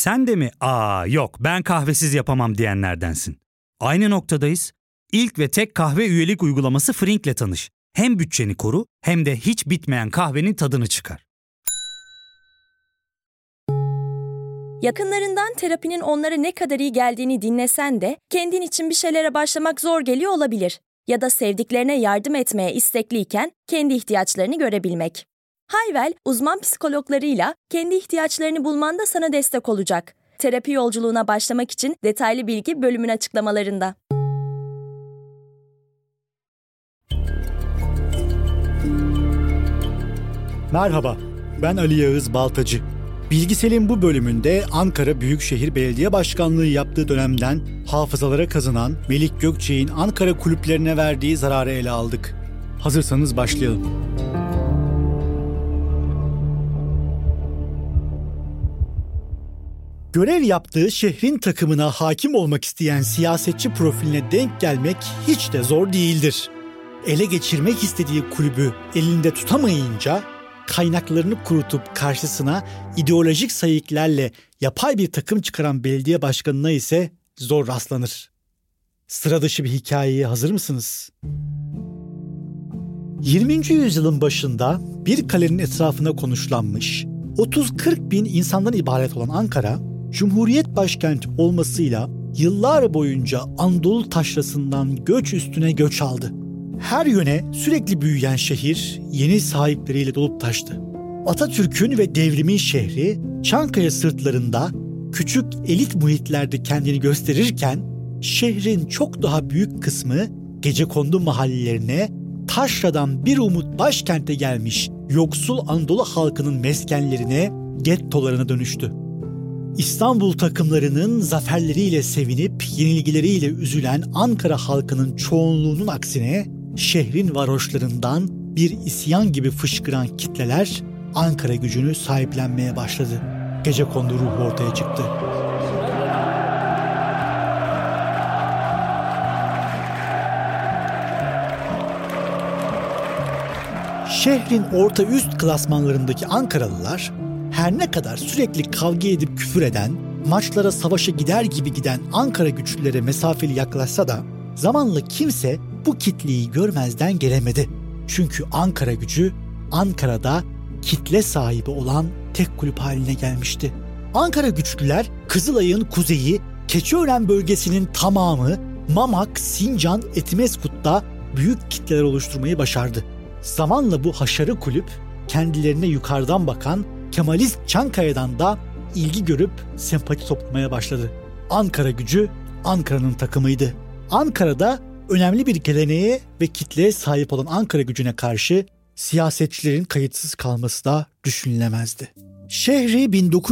Sen de mi yok ben kahvesiz yapamam diyenlerdensin? Aynı noktadayız. İlk ve tek kahve üyelik uygulaması Frink'le tanış. Hem bütçeni koru hem de hiç bitmeyen kahvenin tadını çıkar. Yakınlarından terapinin onlara ne kadar iyi geldiğini dinlesen de kendin için bir şeylere başlamak zor geliyor olabilir. Ya da sevdiklerine yardım etmeye istekliyken kendi ihtiyaçlarını görebilmek. Hayvel, uzman psikologlarıyla kendi ihtiyaçlarını bulmanda sana destek olacak. Terapi yolculuğuna başlamak için detaylı bilgi bölümün açıklamalarında. Merhaba, ben Ali Yağız Baltacı. Bilgisel'in bu bölümünde Ankara Büyükşehir Belediye Başkanlığı yaptığı dönemden hafızalara kazınan Melik Gökçek'in Ankara kulüplerine verdiği zararı ele aldık. Hazırsanız başlayalım. Görev yaptığı şehrin takımına hakim olmak isteyen siyasetçi profiline denk gelmek hiç de zor değildir. Ele geçirmek istediği kulübü elinde tutamayınca kaynaklarını kurutup karşısına ideolojik sayıklarla yapay bir takım çıkaran belediye başkanına ise zor rastlanır. Sıra dışı bir hikayeye hazır mısınız? 20. yüzyılın başında bir kalenin etrafına konuşlanmış, 30-40 bin insandan ibaret olan Ankara, Cumhuriyet başkenti olmasıyla yıllar boyunca Anadolu taşrasından göç üstüne göç aldı. Her yöne sürekli büyüyen şehir yeni sahipleriyle dolup taştı. Atatürk'ün ve devrimin şehri Çankaya sırtlarında küçük elit muhitlerde kendini gösterirken şehrin çok daha büyük kısmı gecekondu mahallelerine, taşradan bir umut başkente gelmiş yoksul Anadolu halkının meskenlerine, gettolarına dönüştü. İstanbul takımlarının zaferleriyle sevinip yenilgileriyle üzülen Ankara halkının çoğunluğunun aksine şehrin varoşlarından bir isyan gibi fışkıran kitleler Ankara gücünü sahiplenmeye başladı. Gecekondu ruhu ortaya çıktı. Şehrin orta üst klasmanlarındaki Ankaralılar her ne kadar sürekli kavga edip küfür eden, maçlara savaşa gider gibi giden Ankara güçlülere mesafeli yaklaşsa da zamanla kimse bu kitleyi görmezden gelemedi. Çünkü Ankara gücü Ankara'da kitle sahibi olan tek kulüp haline gelmişti. Ankara güçlüler Kızılay'ın kuzeyi, Keçiören bölgesinin tamamı, Mamak, Sincan, Etimeskut'ta büyük kitleler oluşturmayı başardı. Zamanla bu haşarı kulüp kendilerine yukarıdan bakan Kemalist Çankaya'dan da ilgi görüp sempati toplamaya başladı. Ankara gücü Ankara'nın takımıydı. Ankara'da önemli bir geleneğe ve kitleye sahip olan Ankara gücüne karşı siyasetçilerin kayıtsız kalması da düşünülemezdi. Şehri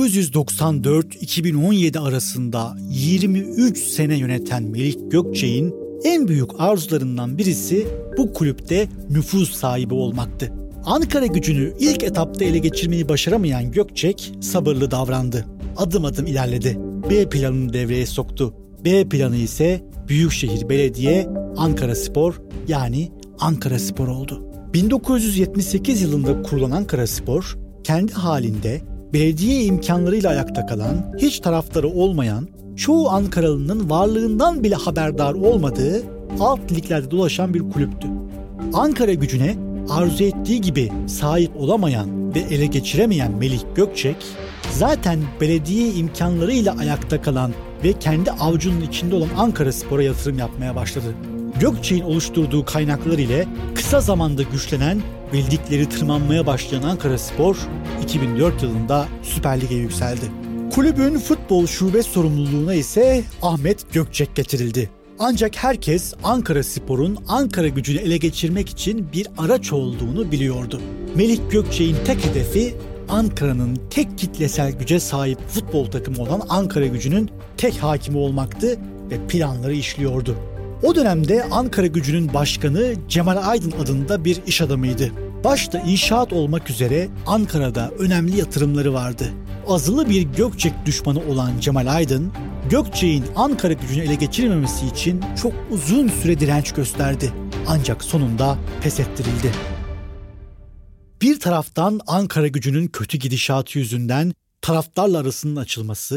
1994-2017 arasında 23 sene yöneten Melik Gökçek'in en büyük arzularından birisi bu kulüpte nüfuz sahibi olmaktı. Ankara gücünü ilk etapta ele geçirmeyi başaramayan Gökçek sabırlı davrandı. Adım adım ilerledi. B planını devreye soktu. B planı ise Büyükşehir Belediye Ankaraspor yani Ankaraspor oldu. 1978 yılında kurulan Ankaraspor kendi halinde belediye imkanlarıyla ayakta kalan, hiç taraftarı olmayan, çoğu Ankaralı'nın varlığından bile haberdar olmadığı alt liglerde dolaşan bir kulüptü. Ankara gücüne arzu ettiği gibi sahip olamayan ve ele geçiremeyen Melik Gökçek, zaten belediye imkanlarıyla ayakta kalan ve kendi avucunun içinde olan Ankaraspor'a yatırım yapmaya başladı. Gökçek'in oluşturduğu kaynaklar ile kısa zamanda güçlenen ve ligleri tırmanmaya başlayan Ankaraspor 2004 yılında Süper Lig'e yükseldi. Kulübün futbol şube sorumluluğuna ise Ahmet Gökçek getirildi. Ancak herkes Ankaraspor'un Ankara gücünü ele geçirmek için bir araç olduğunu biliyordu. Melik Gökçek'in tek hedefi Ankara'nın tek kitlesel güce sahip futbol takımı olan Ankara gücünün tek hakimi olmaktı ve planları işliyordu. O dönemde Ankara gücünün başkanı Cemal Aydın adında bir iş adamıydı. Başta inşaat olmak üzere Ankara'da önemli yatırımları vardı. Azılı bir Gökçek düşmanı olan Cemal Aydın, Gökçek'in Ankara gücünü ele geçirmemesi için çok uzun süre direnç gösterdi. Ancak sonunda pes ettirildi. Bir taraftan Ankara gücünün kötü gidişatı yüzünden taraftarla arasının açılması,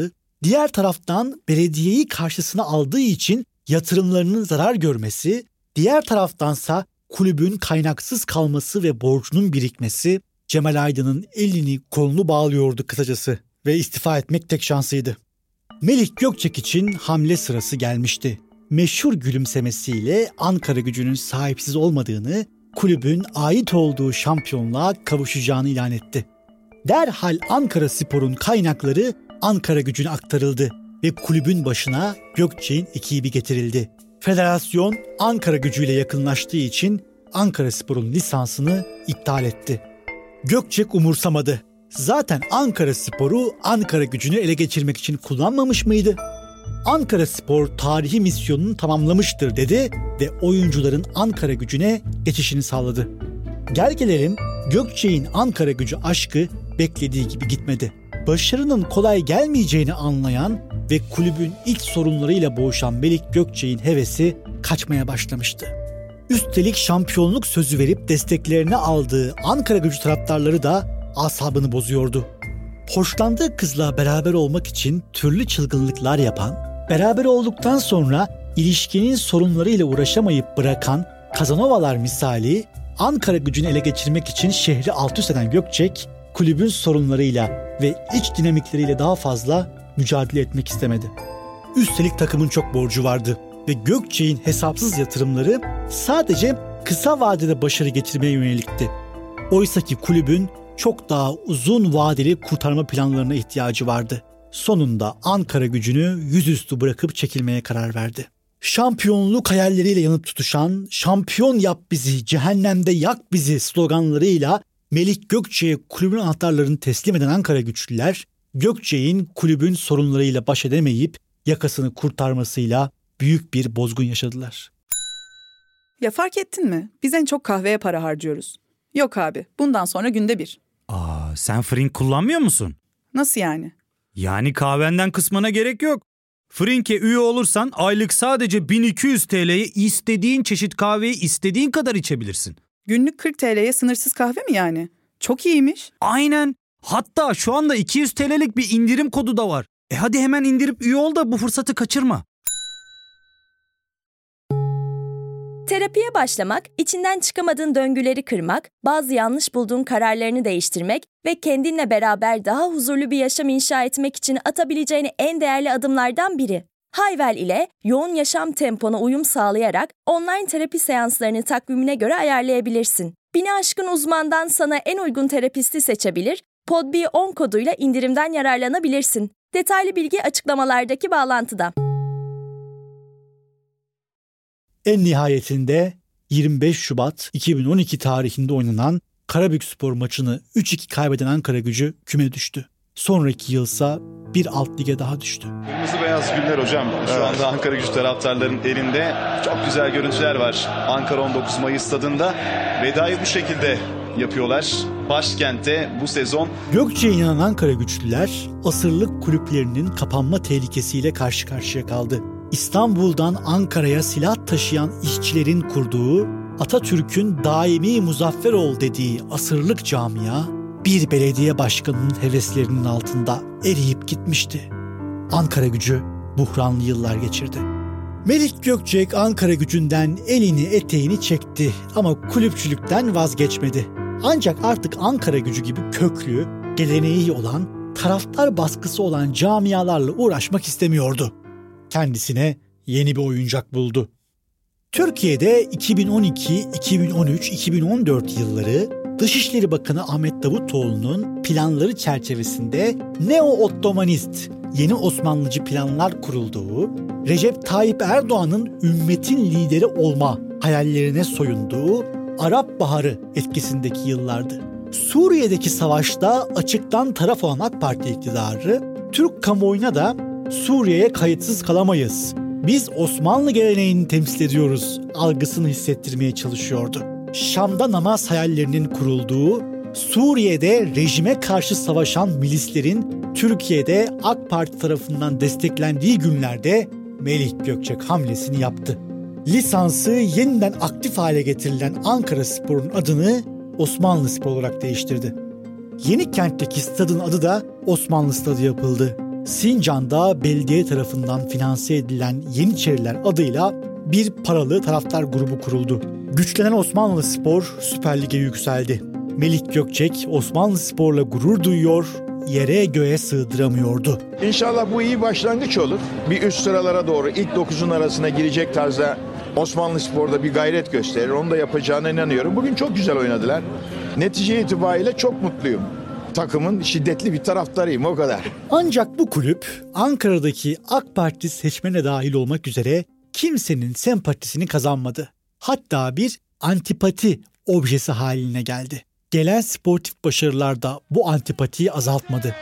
Diğer taraftan belediyeyi karşısına aldığı için yatırımlarının zarar görmesi, diğer taraftansa kulübün kaynaksız kalması ve borcunun birikmesi Cemal Aydın'ın elini kolunu bağlıyordu kısacası ve istifa etmek tek şansıydı. Melih Gökçek için hamle sırası gelmişti. Meşhur gülümsemesiyle Ankaragücü'nün sahipsiz olmadığını, kulübün ait olduğu şampiyonluğa kavuşacağını ilan etti. Derhal Ankaraspor'un kaynakları Ankaragücü'ne aktarıldı ve kulübün başına Gökçek'in ekibi getirildi. Federasyon Ankaragücü ile yakınlaştığı için Ankaraspor'un lisansını iptal etti. Gökçek umursamadı. Zaten Ankaraspor'u Ankaragücü'nü ele geçirmek için kullanmamış mıydı? Ankaraspor tarihi misyonunu tamamlamıştır dedi ve oyuncuların Ankaragücü'ne geçişini sağladı. Gel gelelim Gökçek'in Ankaragücü aşkı beklediği gibi gitmedi. Başarının kolay gelmeyeceğini anlayan ve kulübün ilk sorunlarıyla boğuşan Melih Gökçek'in hevesi kaçmaya başlamıştı. Üstelik şampiyonluk sözü verip desteklerini aldığı Ankaragücü taraftarları da asabını bozuyordu. Hoşlandığı kızla beraber olmak için türlü çılgınlıklar yapan, beraber olduktan sonra ilişkinin sorunlarıyla uğraşamayıp bırakan Kazanovalar misali Ankaragücü'nü ele geçirmek için şehri alt üst eden Gökçek, kulübün sorunlarıyla ve iç dinamikleriyle daha fazla mücadele etmek istemedi. Üstelik takımın çok borcu vardı ve Gökçek'in hesapsız yatırımları sadece kısa vadede başarı getirmeye yönelikti. Oysaki kulübün çok daha uzun vadeli kurtarma planlarına ihtiyacı vardı. Sonunda Ankaragücü'nü yüzüstü bırakıp çekilmeye karar verdi. Şampiyonluk hayalleriyle yanıp tutuşan, şampiyon yap bizi, cehennemde yak bizi sloganlarıyla Melih Gökçek'e kulübün anahtarlarını teslim eden Ankaragüçlüler, Gökçek'in kulübün sorunlarıyla baş edemeyip yakasını kurtarmasıyla büyük bir bozgun yaşadılar. Ya fark ettin mi? Biz en çok kahveye para harcıyoruz. Yok abi, bundan sonra günde bir. Sen Frink kullanmıyor musun? Nasıl yani? Yani kahvenden kısmına gerek yok. Frink'e üye olursan aylık sadece 1200 TL'ye istediğin çeşit kahveyi istediğin kadar içebilirsin. Günlük 40 TL'ye sınırsız kahve mi yani? Çok iyiymiş. Aynen. Hatta şu anda 200 TL'lik bir indirim kodu da var. Hadi hemen indirip üye ol da bu fırsatı kaçırma. Terapiye başlamak, içinden çıkamadığın döngüleri kırmak, bazı yanlış bulduğun kararlarını değiştirmek ve kendinle beraber daha huzurlu bir yaşam inşa etmek için atabileceğin en değerli adımlardan biri. Hayvel ile yoğun yaşam tempona uyum sağlayarak online terapi seanslarını takvimine göre ayarlayabilirsin. 1000'i aşkın uzmandan sana en uygun terapisti seçebilir, PODBI10 koduyla indirimden yararlanabilirsin. Detaylı bilgi açıklamalardaki bağlantıda. En nihayetinde 25 Şubat 2012 tarihinde oynanan Karabükspor maçını 3-2 kaybeden Ankaragücü küme düştü. Sonraki yılsa bir alt lige daha düştü. Kırmızı beyaz güller hocam. Şu anda Ankaragücü taraftarların elinde. Çok güzel görüntüler var. Ankara 19 Mayıs stadında. Vedayı bu şekilde yapıyorlar. Başkentte bu sezon. Gökçek'e inanan Ankaragüçlüler asırlık kulüplerinin kapanma tehlikesiyle karşı karşıya kaldı. İstanbul'dan Ankara'ya silah taşıyan işçilerin kurduğu, Atatürk'ün daimi muzaffer ol dediği asırlık camia, bir belediye başkanının heveslerinin altında eriyip gitmişti. Ankaragücü buhranlı yıllar geçirdi. Melih Gökçek Ankaragücü'nden elini eteğini çekti ama kulüpçülükten vazgeçmedi. Ancak artık Ankaragücü gibi köklü, geleneği olan, taraftar baskısı olan camialarla uğraşmak istemiyordu. Kendisine yeni bir oyuncak buldu. Türkiye'de 2012, 2013, 2014 yılları Dışişleri Bakanı Ahmet Davutoğlu'nun planları çerçevesinde neo-Ottomanist, yeni Osmanlıcı planlar kurulduğu, Recep Tayyip Erdoğan'ın ümmetin lideri olma hayallerine soyunduğu Arap Baharı etkisindeki yıllardı. Suriye'deki savaşta açıktan taraf olan AK Parti iktidarı, Türk kamuoyuna da Suriye'ye kayıtsız kalamayız, biz Osmanlı geleneğini temsil ediyoruz algısını hissettirmeye çalışıyordu. Şam'da namaz hayallerinin kurulduğu, Suriye'de rejime karşı savaşan milislerin Türkiye'de AK Parti tarafından desteklendiği günlerde Melih Gökçek hamlesini yaptı. Lisansı yeniden aktif hale getirilen Ankaraspor'un adını Osmanlıspor olarak değiştirdi. Yenikent'teki stadın adı da Osmanlı Stadı yapıldı. Sincan'da belediye tarafından finanse edilen Yeniçeriler adıyla bir paralı taraftar grubu kuruldu. Güçlenen Osmanlıspor Süper Lig'e yükseldi. Melik Gökçek Osmanlıspor'la gurur duyuyor, yere göğe sığdıramıyordu. İnşallah bu iyi başlangıç olur. Bir üst sıralara doğru ilk 9'un arasına girecek tarzda Osmanlıspor'da bir gayret gösterir. Onu da yapacağına inanıyorum. Bugün çok güzel oynadılar. Netice itibariyle çok mutluyum. Takımın şiddetli bir taraftarıyım, o kadar. Ancak bu kulüp Ankara'daki AK Parti seçmene dahil olmak üzere kimsenin sempatisini kazanmadı. Hatta bir antipati objesi haline geldi. Gelen sportif başarılar da bu antipatiyi azaltmadı.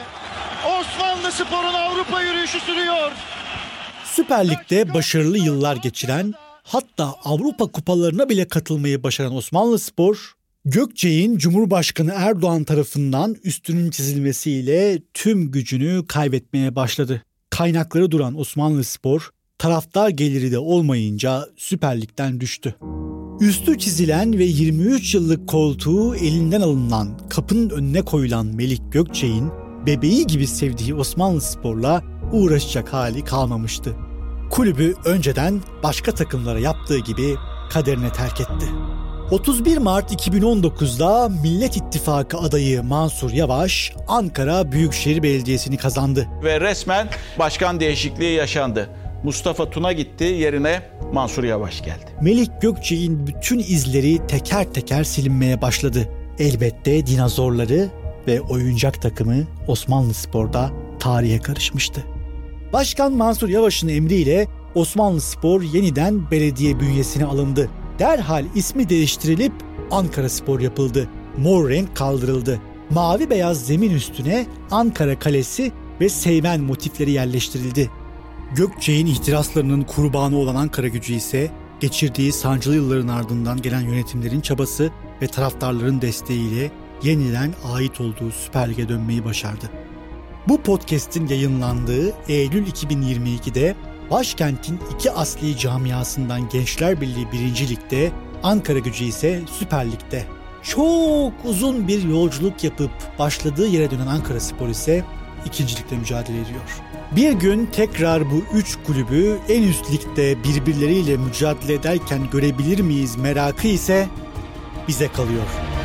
Osmanlıspor'un Avrupa yürüyüşü sürüyor. Süper Lig'de başarılı yıllar geçiren, hatta Avrupa kupalarına bile katılmayı başaran Osmanlıspor, Gökçek'in Cumhurbaşkanı Erdoğan tarafından üstünün çizilmesiyle tüm gücünü kaybetmeye başladı. Kaynakları duran Osmanlıspor, taraftar geliri de olmayınca Süper Lig'den düştü. Üstü çizilen ve 23 yıllık koltuğu elinden alınan, kapının önüne koyulan Melik Gökçek'in bebeği gibi sevdiği Osmanlıspor'la uğraşacak hali kalmamıştı. Kulübü önceden başka takımlara yaptığı gibi kaderine terk etti. 31 Mart 2019'da Millet İttifakı adayı Mansur Yavaş Ankara Büyükşehir Belediyesi'ni kazandı. Ve resmen başkan değişikliği yaşandı. Mustafa Tuna gitti, yerine Mansur Yavaş geldi. Melik Gökçek'in bütün izleri teker teker silinmeye başladı. Elbette dinozorları ve oyuncak takımı Osmanlıspor'da tarihe karışmıştı. Başkan Mansur Yavaş'ın emriyle Osmanlıspor yeniden belediye bünyesine alındı. Derhal ismi değiştirilip Ankaraspor yapıldı. Mor renk kaldırıldı. Mavi beyaz zemin üstüne Ankara Kalesi ve Seymen motifleri yerleştirildi. Gökçek'in ihtiraslarının kurbanı olan Ankaragücü ise geçirdiği sancılı yılların ardından gelen yönetimlerin çabası ve taraftarların desteğiyle yeniden ait olduğu Süper Lig'e dönmeyi başardı. Bu podcast'in yayınlandığı Eylül 2022'de başkentin iki asli camiasından Gençler Birliği 1. Lig'de, Ankaragücü ise Süper Lig'de. Çok uzun bir yolculuk yapıp başladığı yere dönen Ankaraspor ise 2. Lig'de mücadele ediyor. Bir gün tekrar bu 3 kulübü en üst ligde birbirleriyle mücadele ederken görebilir miyiz merakı ise bize kalıyor.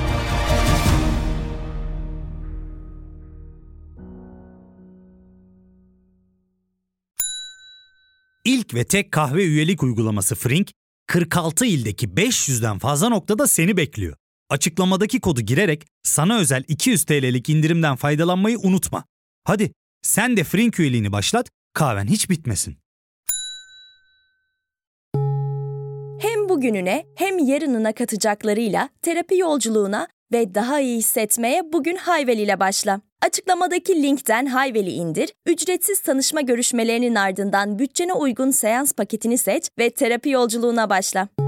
İlk ve tek kahve üyelik uygulaması Frink, 46 ildeki 500'den fazla noktada seni bekliyor. Açıklamadaki kodu girerek sana özel 200 TL'lik indirimden faydalanmayı unutma. Hadi sen de Frink üyeliğini başlat, kahven hiç bitmesin. Hem bugününe hem yarınına katacaklarıyla terapi yolculuğuna ve daha iyi hissetmeye bugün Hayvel ile başla. Açıklamadaki linkten Hayvel'i indir, ücretsiz tanışma görüşmelerinin ardından bütçene uygun seans paketini seç ve terapi yolculuğuna başla.